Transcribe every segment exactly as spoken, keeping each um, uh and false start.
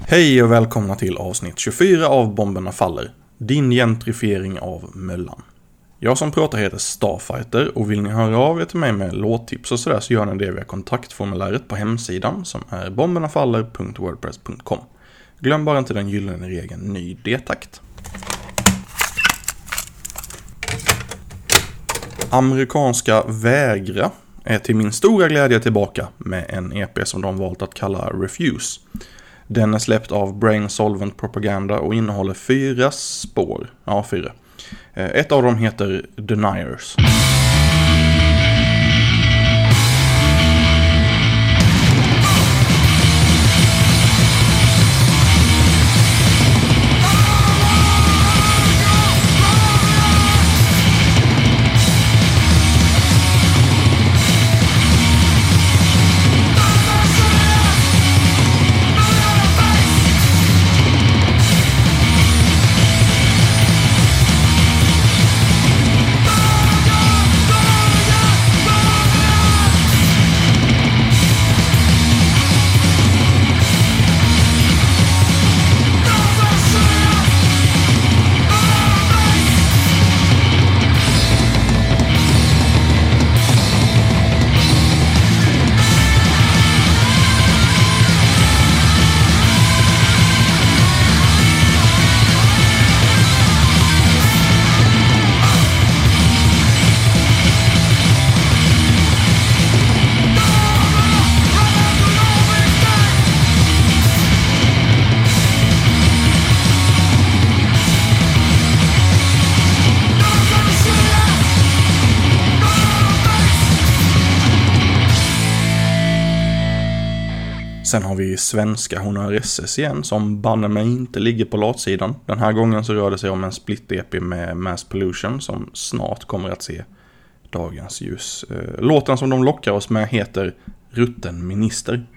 Hej och välkomna till avsnitt tjugofyra av Bomberna Faller, din gentrifiering av Möllan. Jag som pratar heter Starfighter och vill ni höra av er till mig med låttips och sådär så gör ni det via kontaktformuläret på hemsidan som är bombernafaller punkt wordpress punkt com. Glöm bara inte den gyllene regeln ny D-takt. Amerikanska Vägra är till min stora glädje tillbaka med en E P som de valt att kalla Refuse. Den är släppt av Brain Solvent Propaganda och innehåller fyra spår. Ja, fyra. Ett av dem heter Deniers. Sen har vi svenska Honor S S igen som banne mig inte ligger på latsidan. Den här gången så rör det sig om en split-E P med Mass Pollution som snart kommer att se dagens ljus. Låten som de lockar oss med heter Rutten Minister.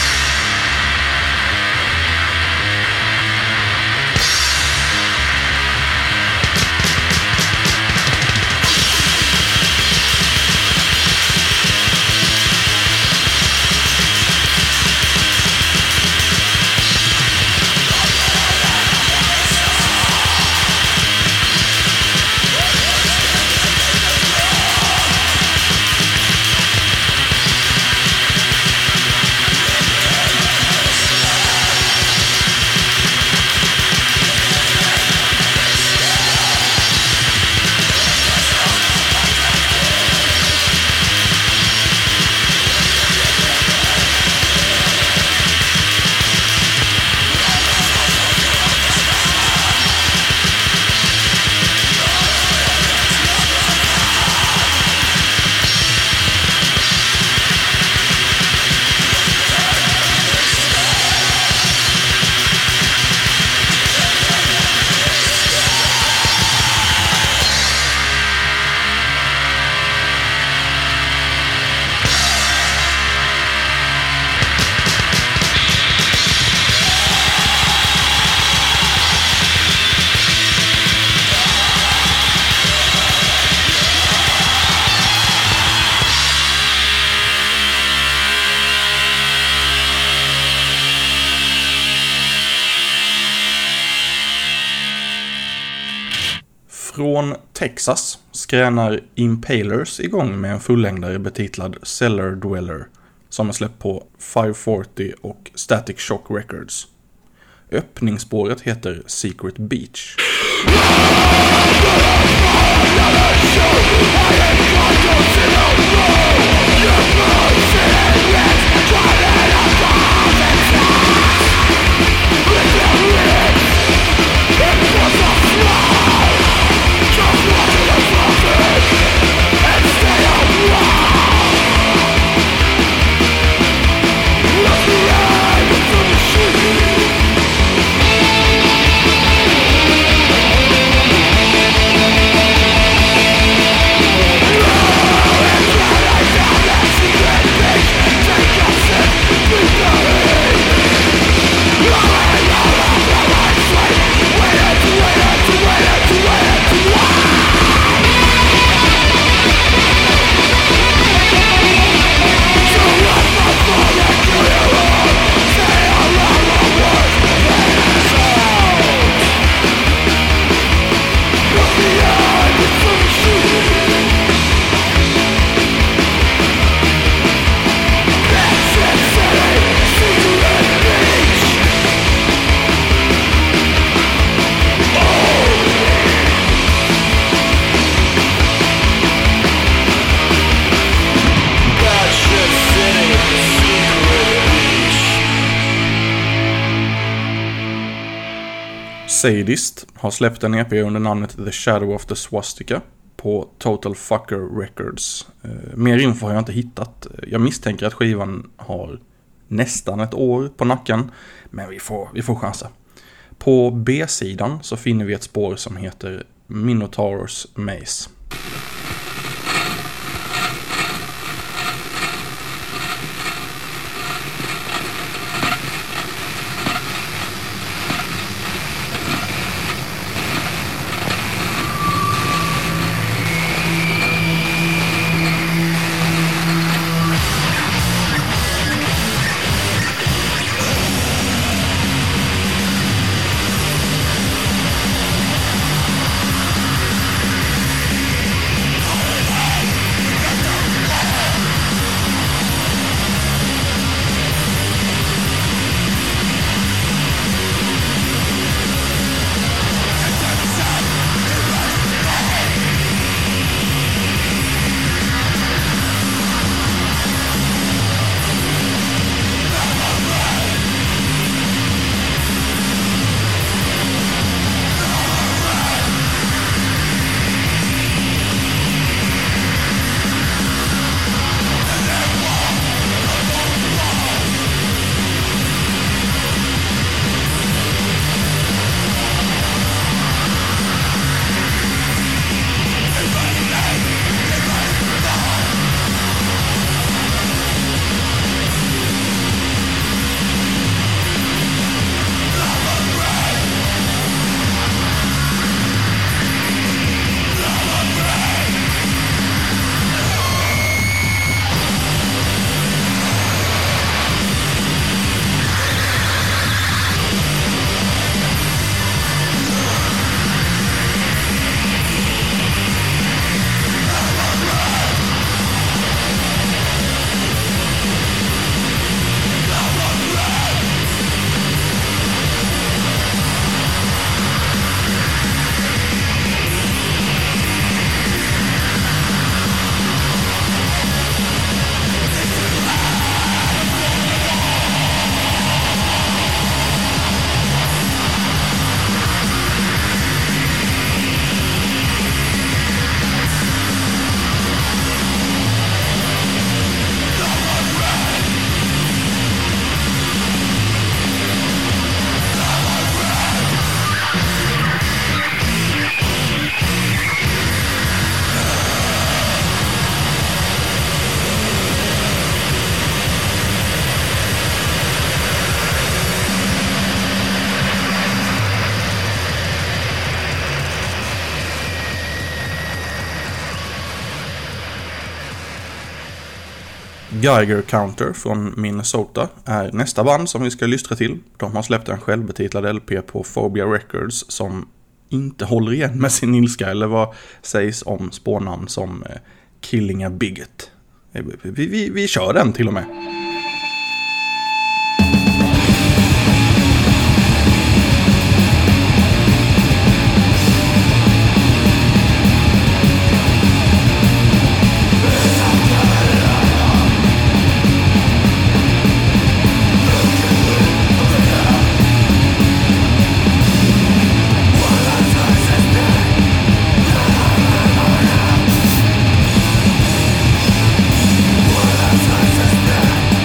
Från Texas skränar Impalers igång med en fullängdare betitlad Cellar Dweller som är släppt på femhundrafyrtio och Static Shock Records. Öppningsspåret heter Secret Beach. Yeah. Sadist har släppt en E P under namnet The Shadow of the Swastika på Total Fucker Records. Eh, mer info har jag inte hittat. Jag misstänker att skivan har nästan ett år på nacken, men vi får, vi får chansa. På B-sidan så finner vi ett spår som heter Minotaur's Maze. Geiger Counter från Minnesota är nästa band som vi ska lyssna till. De har släppt en självbetitlad L P på Phobia Records som inte håller igen med sin ilska, eller vad sägs om spårnamn som Killing a Bigot. Vi, vi, vi kör den till och med. What a choice is that?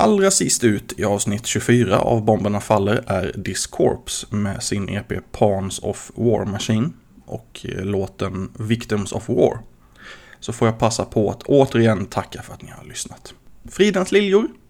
Allra sist ut i avsnitt tjugofyra av Bomberna Faller är Discorps med sin E P Pawns of War Machine och låten Victims of War. Så får jag passa på att återigen tacka för att ni har lyssnat. Fridens liljor!